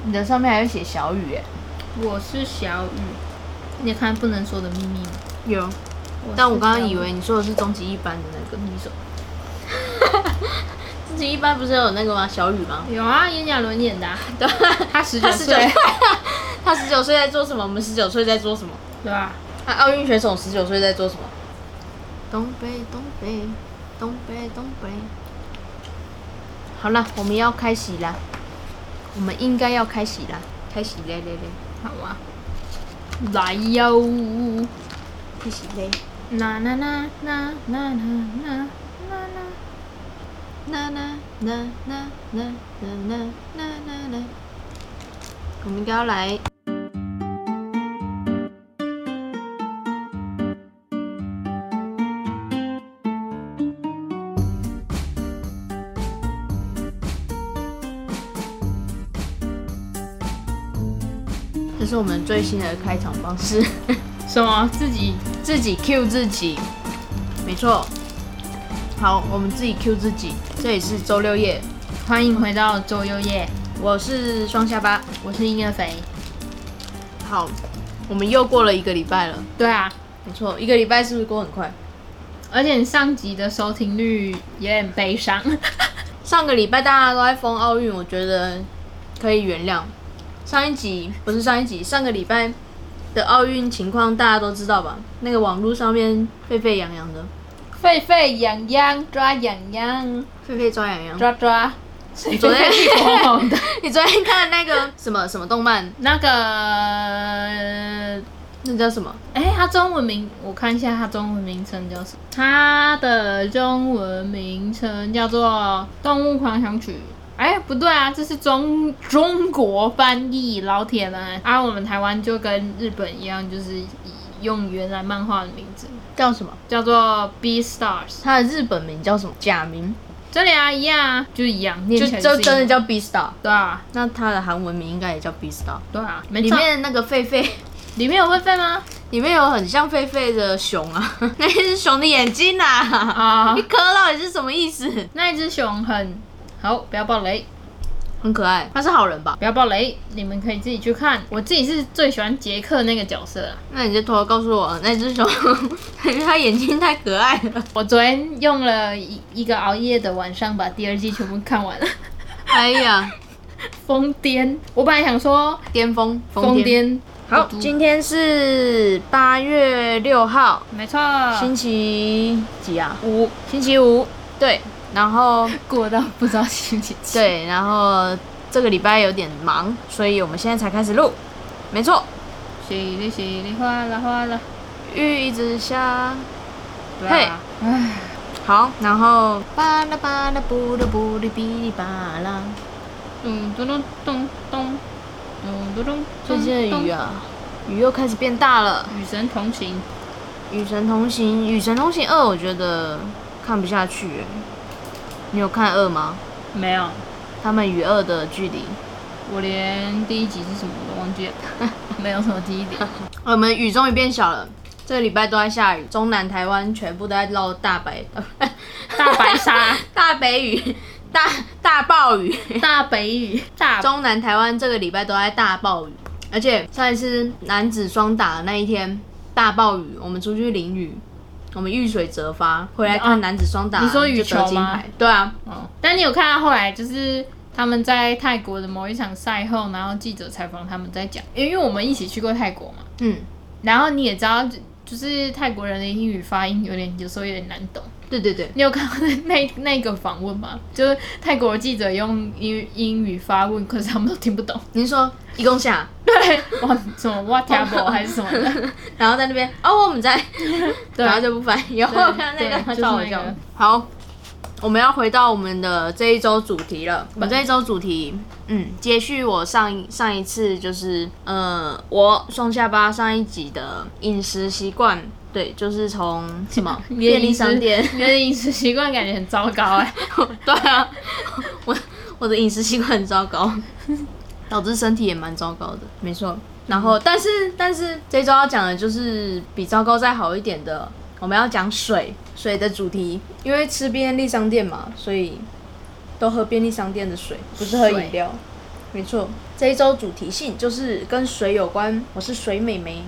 你的上面还有写小雨耶。 我是小雨，你看不能说的秘密吗？ 有，但我刚刚以为你说的是终极一班的那个。 你说。 终极一班不是有那个吗？小雨吗？ 有啊，炎亚纶演的、啊。 对， 他19岁。 他19岁在做什么？我们19岁在做什么？ 对啊。 奥运选手19岁在做什么？东北，东北，东北，东北。好了，我们要开始啦。我们应该要开始啦，开始嘞。 好啊。来哟。 开始嘞。 啦啦啦啦啦啦啦啦。我们应该要来。这是我们最新的开场方式。 什么？自己 Q 自己，没错。好，我们自己 Q 自己。这里是周六夜， 欢迎回到周六夜。 我是双下巴， 我是音乐肥。 好，我们又过了1个礼拜了。 对啊， 没错，1个礼拜是不是过很快？ 而且上集的收听率也很悲伤。 上个礼拜大家都在疯奥运，我觉得可以原谅。上个礼拜的奥运情况大家都知道吧？那个网络上面沸沸扬扬的， 沸沸扬扬，抓痒痒， 沸沸抓痒痒， 抓。 你昨天你昨天看那个什么动漫？ 那叫什么？ 它中文名我看一下，它中文名称叫什么？它的中文名称叫做《动物狂想曲》。不对啊，这是中国翻译，老铁们啊！我们台湾就跟日本一样，就是用原来漫画的名字叫什么？ 叫做 Beastars。 它的日本名叫什么？假名？ 这里啊，一样啊，就一样，念起来就真的叫 Beastar。 对啊， 那它的韩文名应该也叫 Beastar。 对啊， 里面那个狒狒， 里面有狒狒吗？ 里面有很像狒狒的熊啊，那只熊的眼睛啊，一颗到底是什么意思？ 那一只熊很好，不要爆雷。 很可爱，他是好人吧？ 不要爆雷，你们可以自己去看。我自己是最喜欢杰克那个角色啊。 那你就偷偷告诉我，那只熊，他眼睛太可爱了。 我昨天用了一个熬夜的晚上，把第2季全部看完了。 哎呀， 疯癫！我本来想说巅峰， 疯癫。 好，今天是8月6号， 没错， 星期几啊 ？5， 星期5，对。然后过到不知道星期几。 对，然后这个礼拜有点忙，所以我们现在才开始录。没错。 淅沥淅沥哗啦哗啦， 雨一直下。 嘿， 好，然后巴拉巴拉布拉布哩哔哩巴拉。 咚咚咚咚咚，咚咚咚。 最近的雨啊，雨又开始变大了。 与神同行， 与神同行，与神同行2，我觉得看不下去。你有看2吗？ 没有。 他们与2的距离， 我连第1集是什么都忘记了。没有什么记忆点。 我们雨终于变小了，这个礼拜都在下雨，中南台湾全部都在落大白沙、 大北雨、大暴雨、 大北雨、 中南台湾这个礼拜都在大暴雨，而且上一次男子双打的那一天大暴雨，我们出去淋雨。我们遇水则发，回来看男子双打， 你说羽球吗？ 对啊。 但你有看到后来就是他们在泰国的某一场赛后，然后记者采访他们在讲，因为我们一起去过泰国嘛，然后你也知道，就是泰国人的英语发音有时候有点难懂。 对， 你有看到那个访问吗？就是泰国记者用英语发问，可是他们都听不懂。 你说一共下？ 对，什么 whatever 还是什么的， 然后在那边我们在，然后就不翻译。有看那个超好笑。好，我们要回到我们的这一周主题了。我们这一周主题，接续我上一次就是我双下巴上一集的饮食习惯。对，就是从什么便利商店， 你的饮食习惯感觉很糟糕对啊，我的饮食习惯很糟糕，导致身体也蛮糟糕的，没错。然后，但是这周要讲的就是比糟糕再好一点的，我们要讲水的主题，因为吃便利商店嘛，所以都喝便利商店的水，不是喝饮料。 没错，这一周主题性就是跟水有关。我是水妹妹，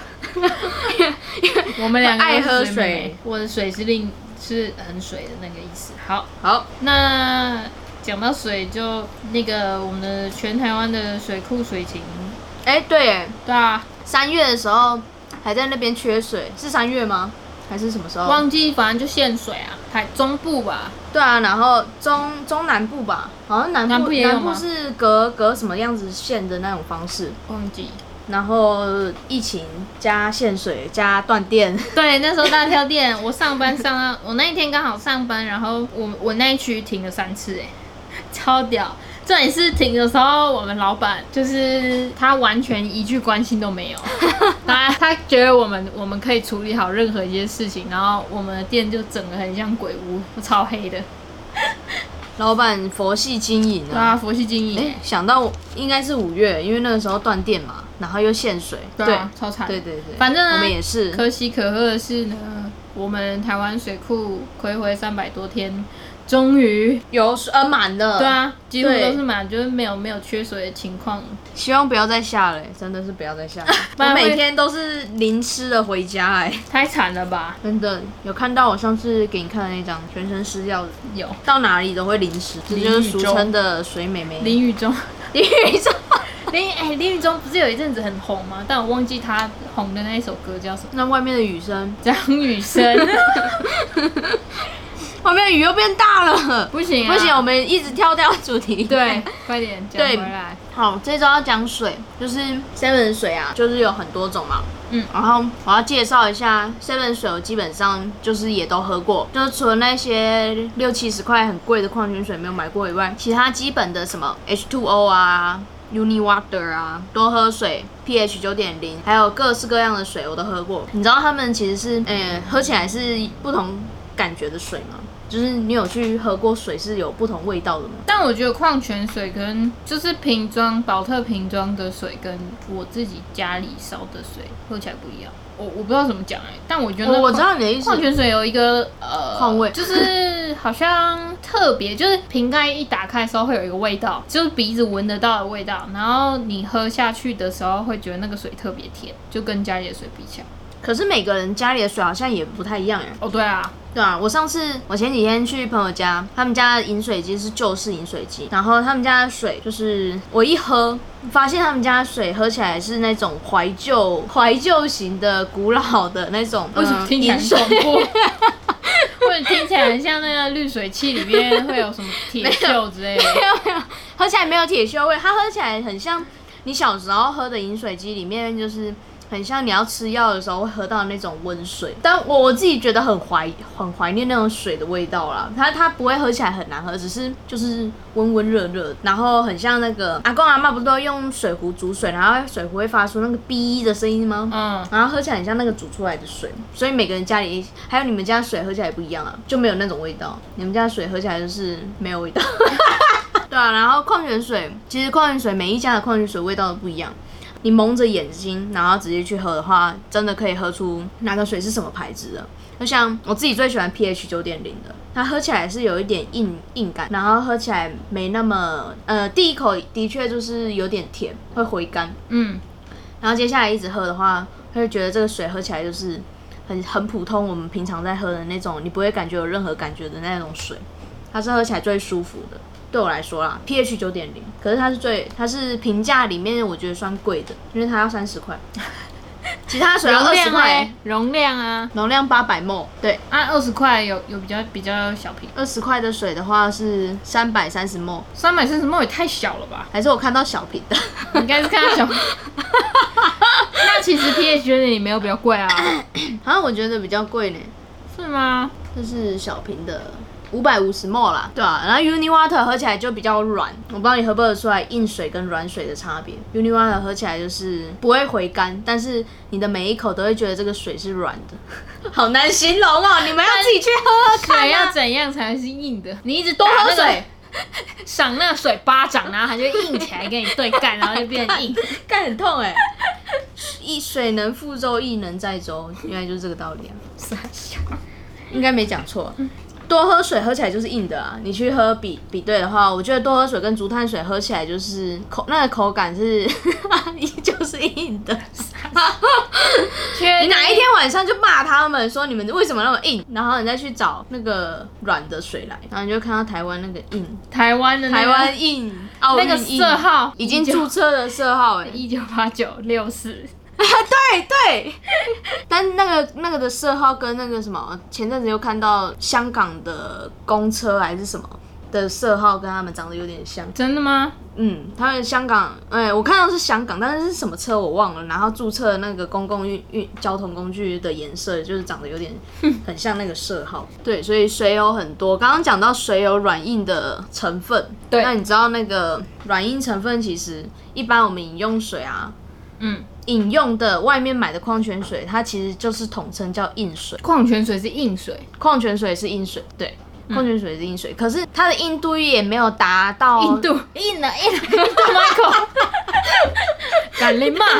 我们两个爱喝水妹妹。我的水是很水的那个意思。好，那讲到水，就那个我们的全台湾的水库水情。 对啊 ，3月的时候还在那边缺水，是3月吗？还是什么时候？ 忘记，反正就限水啊，中部吧。 对啊，然后中南部吧，好像南部也有吗？ 南部是隔什么样子线的那种方式， 忘记。 然后疫情加限水加断电， 对，那时候大跳电。我上班上到我那一天刚好上班，然后我那一区停了3次，超屌。重点是停的时候，我们老板就是他完全一句关心都没有，他觉得我们可以处理好任何一件事情，然后我们的店就整个很像鬼屋，超黑的。 老板佛系经营啊， 对啊，佛系经营。 想到应该是5月，因为那个时候断电嘛，然后又限水， 对，超惨。 对， 反正呢， 我们也是。 可喜可贺的是呢，我们台湾水库睽违300多天。终于有水满了， 对啊，几乎都是满，就是没有缺水的情况。 希望不要再下了，真的是不要再下了。我每天都是淋湿的回家， 太惨了吧！ 真的有看到我上次给你看的那张全身湿掉的， 有到哪里都会淋湿，这就是俗称的水妹妹。 林宇中不是有一阵子很红吗？但我忘记他红的那一首歌叫什么。 那外面的雨声， 张雨生。 外面的雨又变大了， 不行， 我们一直跳主题。 对，快点讲回来。 好，这周要讲水，就是 Seven 的水啊，就是有很多种嘛。然后我要介绍一下 Seven 水，我基本上就是也都喝过，就是除了那些60-70块很贵的矿泉水没有买过以外，其他基本的什么 H2O 啊。Uni Water 啊，多喝水 pH 9.0，还有各式各样的水我都喝过。你知道他们其实是，喝起来是不同感觉的水吗？就是你有去喝过水是有不同味道的吗？ 但我觉得矿泉水跟就是瓶装保特瓶装的水跟我自己家里烧的水喝起来不一样。我不知道怎么讲但我觉得我知道你的意思。 矿泉水有一个矿味， 就是好像特别，就是瓶盖一打开的时候会有一个味道，就是鼻子闻得到的味道，然后你喝下去的时候会觉得那个水特别甜，就跟家里的水比起来。 可是每个人家里的水好像也不太一样对啊。 对啊，我前几天去朋友家，他们家的饮水机是旧式饮水机，然后他们家的水就是我一喝，发现他们家的水喝起来是那种怀旧型的古老的那种， 为什么听起来很恐怖？或者听起来很像那个滤水器里面会有什么铁锈之类的？ 没有，喝起来没有铁锈味，它喝起来很像你小时候喝的饮水机里面就是。很像你要吃药的时候会喝到那种温水，但我自己觉得很怀念那种水的味道啦。它不会喝起来很难喝，只是就是温温热热，然后很像那个阿公阿嬷不是都用水壶煮水，然后水壶会发出那个哔的声音吗？然后喝起来很像那个煮出来的水，所以每个人家里还有你们家的水喝起来也不一样啊，就没有那种味道。你们家的水喝起来就是没有味道。对啊，然后矿泉水，其实矿泉水每一家的矿泉水味道都不一样。你蒙着眼睛，然后直接去喝的话，真的可以喝出哪个水是什么牌子的。就像我自己最喜欢 pH 9.0的，它喝起来是有一点硬感，然后喝起来没那么第一口的确就是有点甜，会回甘。然后接下来一直喝的话，会觉得这个水喝起来就是很普通，我们平常在喝的那种，你不会感觉有任何感觉的那种水，它是喝起来最舒服的。对我来说啦 ，pH 9.0，可是它是平价里面我觉得算贵的，因为它要30块，其他水要20块。 容量啊， 容量800ml，对 ，20块有比较小瓶 ，20块的水的话是330ml，330ml 也太小了吧？ 还是我看到小瓶的？ 应该是看到小瓶。那其实 pH 9.0没有比较贵啊， 好像我觉得比较贵呢。 是吗？ 这是小瓶的。550ml 啦，对啊，然后 Uni Water 喝起来就比较软，我不知道你喝不喝得出来硬水跟软水的差别。Uni Water 喝起来就是不会回甘，但是你的每一口都会觉得这个水是软的，好难形容哦，你们要自己去喝喝看水要怎样才是硬的？你一直多喝水， 赏那个水巴掌，然后它就硬起来跟你对干，然后就变硬， 干很痛水能覆舟，亦能载舟，原来就是这个道理啊，应该没讲错。 多喝水喝起来就是硬的啊。你去喝比对的话，我觉得多喝水跟竹炭水喝起来就是那个口感是就是硬的。你哪一天晚上就骂他们说你们为什么那么硬，然后你再去找那个软的水来，然后你就看到台湾那个硬， 台湾硬奥运那个色号已经注册的色号 198964。 对，但那个的色号跟那个什么，前阵子又看到香港的公车还是什么的色号跟他们长得有点像。 真的吗？ 他们香港，我看到是香港，但是什么车我忘了。然后注册那个公共交通工具的颜色，就是长得有点很像那个色号。对，所以水有很多。刚刚讲到水有软硬的成分，对，那你知道那个软硬成分其实一般我们饮用水啊，饮用的外面买的矿泉水，它其实就是统称叫硬水。 矿泉水是硬水， 矿泉水是硬水，对。矿泉水是硬水，可是它的硬度也没有达到硬了，Michael， 赶紧骂，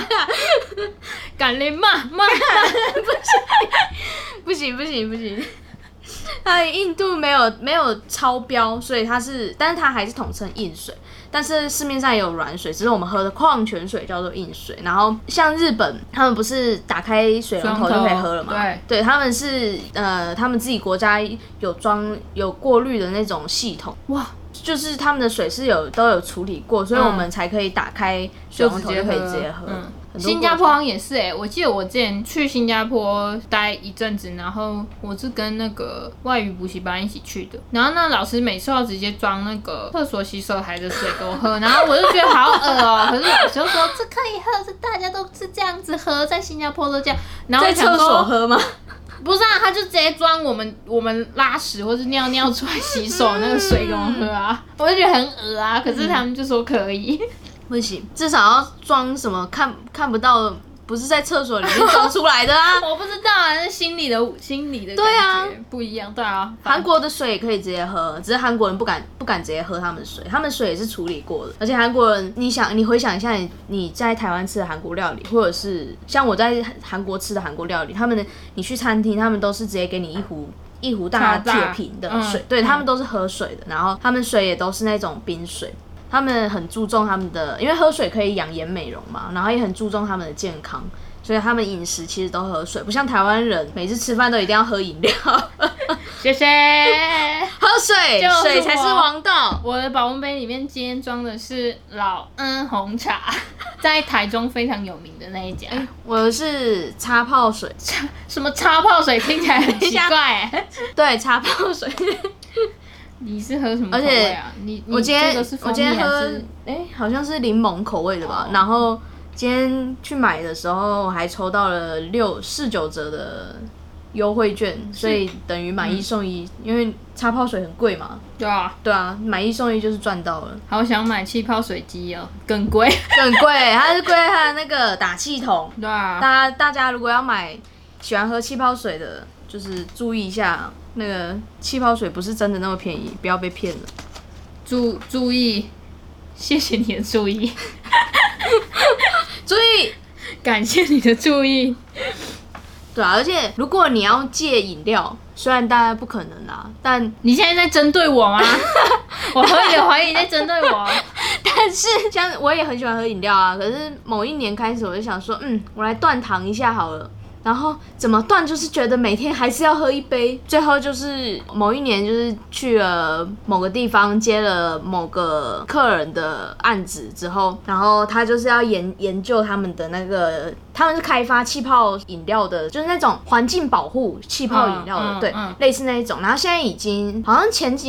不行，它的硬度没有超标，所以但是它还是统称硬水。但是市面上也有软水，只是我们喝的矿泉水叫做硬水。然后像日本，他们不是打开水龙头就可以喝了吗？对，他们是他们自己国家有过滤的那种系统。哇！就是他们的水是都有处理过，所以我们才可以打开水龙头就可以直接喝。 新加坡好像也是我记得我之前去新加坡待一阵子，然后我是跟那个外语补习班一起去的，然后那老师每次要直接装那个厕所洗手台的水给我喝，然后我就觉得好恶哦。可是老师就说这可以喝，是大家都是这样子喝，在新加坡都这样。然后在厕所喝吗？ 不是啊，他就直接装我们拉屎或是尿尿出来洗手那个水给我喝啊，我就觉得很恶啊。可是他们就说可以。 不行，至少要装什么看不到，不是在厕所里面装出来的啊！ 我不知道啊，是心里的感觉不一样。对啊， 韩国的水也可以直接喝，只是韩国人不敢直接喝他们的水，他们水也是处理过的。而且韩国人，你回想一下你在台湾吃的韩国料理，或者是像我在韩国吃的韩国料理，你去餐厅，他们都是直接给你一壶大铁瓶的水，对他们都是喝水的，然后他们水也都是那种冰水。他们很注重他们的，因为喝水可以养颜美容嘛，然后也很注重他们的健康，所以他们饮食其实都喝水，不像台湾人每次吃饭都一定要喝饮料。 谢谢。 喝水，水才是王道。 我的保温杯里面今天装的是老恩红茶，在台中非常有名的那一家。 我的是茶泡水。 什么茶泡水听起来很奇怪对，茶泡水。 你是喝什么口味啊？ 我今天喝，好像是柠檬口味的吧。然后今天去买的时候，我还抽到了49折的优惠券，所以等于买一送一。因为茶泡水很贵嘛。对啊，买一送一就是赚到了。 好想买气泡水机哦，更贵， 它是贵在它的那个打气筒。对啊，大家如果要买喜欢喝气泡水的，就是注意一下。那个气泡水不是真的那么便宜，不要被骗了。 注意，谢谢你的注意， 注意， 感谢你的注意。 对啊，而且如果你要戒饮料，虽然大家不可能啦，但你现在在针对我吗？我合理的怀疑你在针对我。 但是像我也很喜欢喝饮料啊，可是某一年开始我就想说，我来断糖一下好了。然后怎么断，就是觉得每天还是要喝一杯。最后就是某一年，就是去了某个地方接了某个客人的案子之后，然后他就是要研究他们的那个，他们是开发气泡饮料的，就是那种环境保护气泡饮料的，对，类似那一种。然后现在已经好像前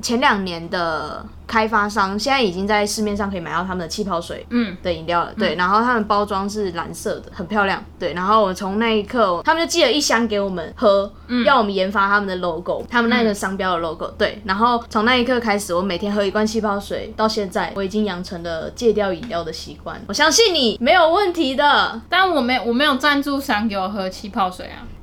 2年的开发商现在已经在市面上可以买到他们的气泡水的饮料了，对，然后他们包装是蓝色的，很漂亮，对，然后我从那一刻，他们就寄了1箱给我们喝，要我们研发他们的 logo， 他们那个商标的 logo， 对，然后从那一刻开始，我每天喝1罐气泡水，到现在我已经养成了戒掉饮料的习惯，我相信你没有问题的， 但我没有赞助商给我喝气泡水啊。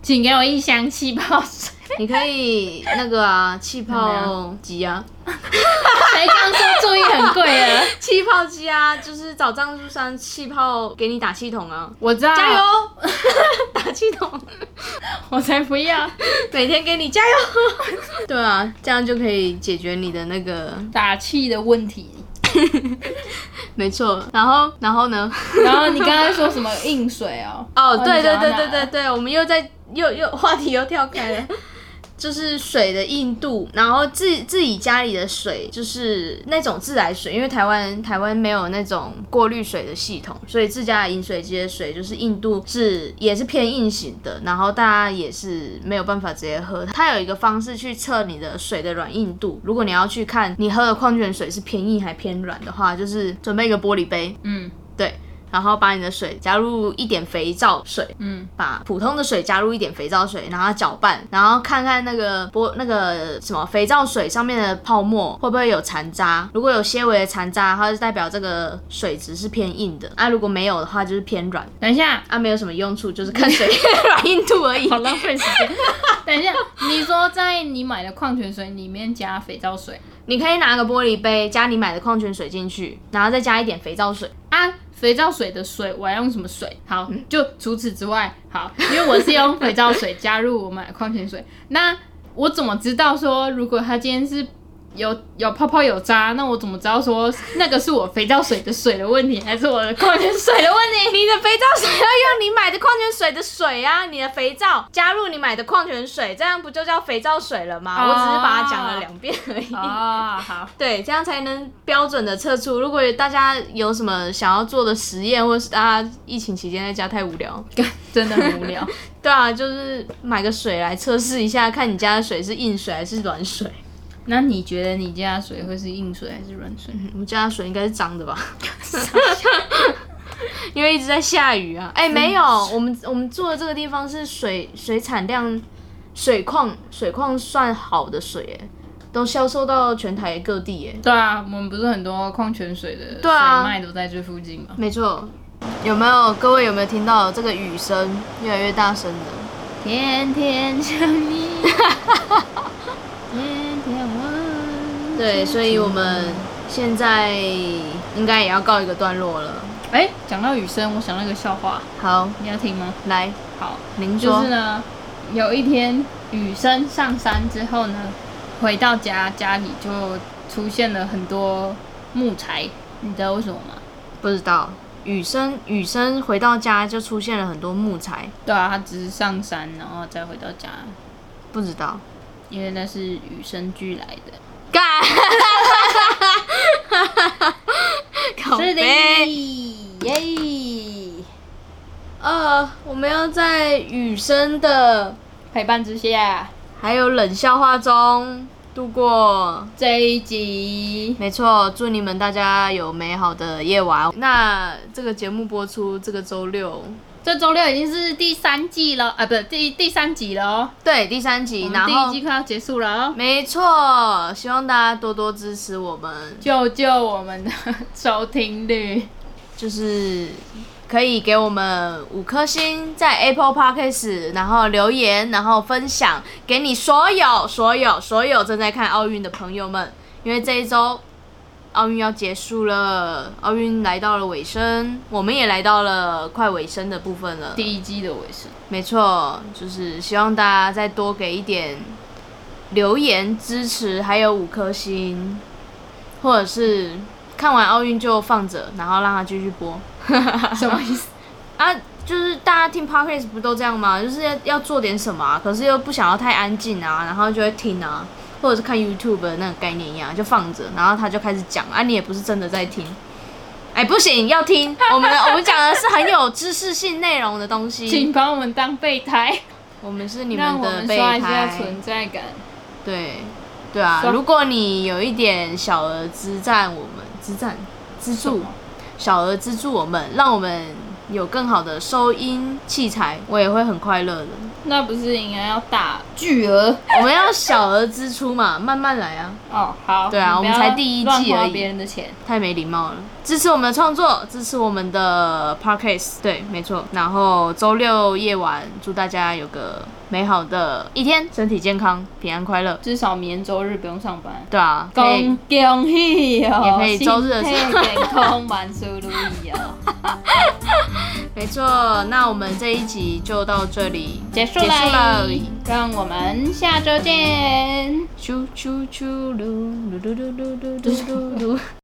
请给我一箱气泡水。 你可以那个啊，气泡机啊。 才刚说注意很贵啊， 气泡机啊，就是找赞助商气泡给你打气筒啊。 我知道， 加油，打气筒。 我才不要， 每天给你加油。对啊，这样就可以解决你的那个打气的问题。 没错，然后呢？ 然后你刚才说什么硬水哦？ 哦，对，我们又话题又跳开了。就是水的硬度，然后自己家里的水就是那种自来水，因为台湾没有那种过滤水的系统，所以自家的饮水机的水就是硬度也是偏硬型的，然后大家也是没有办法直接喝。它有一个方式去测你的水的软硬度，如果你要去看你喝的矿泉水是偏硬还偏软的话，就是准备一个玻璃杯，对。然后把你的水加入一点肥皂水，把普通的水加入一点肥皂水，然后搅拌，然后看看那个什么肥皂水上面的泡沫会不会有残渣，如果有些微的残渣，它就代表这个水质是偏硬的啊，如果没有的话就是偏软。 等一下啊，没有什么用处，就是看水软硬度而已， 好浪费时间。等一下，你说在你买的矿泉水里面加肥皂水， 你可以拿个玻璃杯加你买的矿泉水进去，然后再加一点肥皂水啊。肥皂水的水我要用什么水？好，就除此之外，好，因为我是用肥皂水加入我买的矿泉水，那我怎么知道说如果它今天是有泡泡有渣，那我怎么知道说那个是我肥皂水的水的问题，还是我的矿泉水的问题？ 你的肥皂水要用你买的矿泉水的水啊，你的肥皂加入你买的矿泉水，这样不就叫肥皂水了吗？我只是把它讲了2遍而已。 好， 对，这样才能标准的测出。如果大家有什么想要做的实验，或是大家疫情期间在家太无聊， 真的很无聊。 对啊，就是买个水来测试一下，看你家的水是硬水还是软水。 那你觉得你家的水会是硬水还是软水？ 我们家的水应该是脏的吧？因为一直在下雨啊。没有，我们住的这个地方是水产量水矿算好的水耶，都销售到全台各地耶。 对啊，我们不是很多矿泉水的水脉都在这附近吗？ 没错。各位有没有听到这个雨声越来越大声的？ 天天想你。 对，所以我们现在应该也要告一个段落了。 讲到雨声，我想到一个笑话。 好， 你要听吗？ 来， 好， 您说。 就是呢，有一天雨声上山之后呢，回到家里就出现了很多木材，你知道为什么吗？ 不知道。雨声回到家就出现了很多木材。 对啊，他只是上山然后再回到家。 不知道，因为那是与生俱来的。 干， 是的， 耶！我们要在雨声的陪伴之下， 还有冷笑话中度过这一集。 没错，祝你们大家有美好的夜晚。那这个节目播出这个周六。 这周六已经是第3季了，不是第3集了哦。 对，第3集， 然后第1季快要结束了哦。 没错，希望大家多多支持我们， 救我们的收听率， 就是可以给我们5颗星，在 Apple Podcast， 然后留言，然后分享给你所有正在看奥运的朋友们，因为这一周奥运要结束了，奥运来到了尾声，我们也来到了快尾声的部分了， 第1季的尾声。 没错，就是希望大家再多给一点留言支持，还有5颗星，或者是看完奥运就放着，然后让它继续播。 什么意思啊？就是大家听 podcast 不都这样吗？就是要做点什么啊，可是又不想要太安静啊，然后就会听啊。或者是看 YouTube 的那个概念一样，就放着，然后他就开始讲啊，你也不是真的在听，不行，要听，我们讲的是很有知识性内容的东西， 请把我们当备胎， 我们是你们的备胎， 让我们刷一下存在感。 对啊，如果你有一点小额资助，小额资助我们，让我们有更好的收音器材，我也会很快乐的。 那不是应该要大巨额？ 我们要小额支出嘛，慢慢来啊。 哦，好。 对啊，我们才第1季而已， 别人的钱太没礼貌了。支持我们的创作，支持我们的 podcast， 对，没错。然后周6夜晚，祝大家有个美好的一天，身体健康，平安快乐。 至少明天周日不用上班。 对啊， 恭喜哦！ 也可以周日的时候健康，万事如意哦。 没错，那我们这一集就到这里结束了，让我们下周见。 啾啾啾噜噜噜噜噜噜噜噜。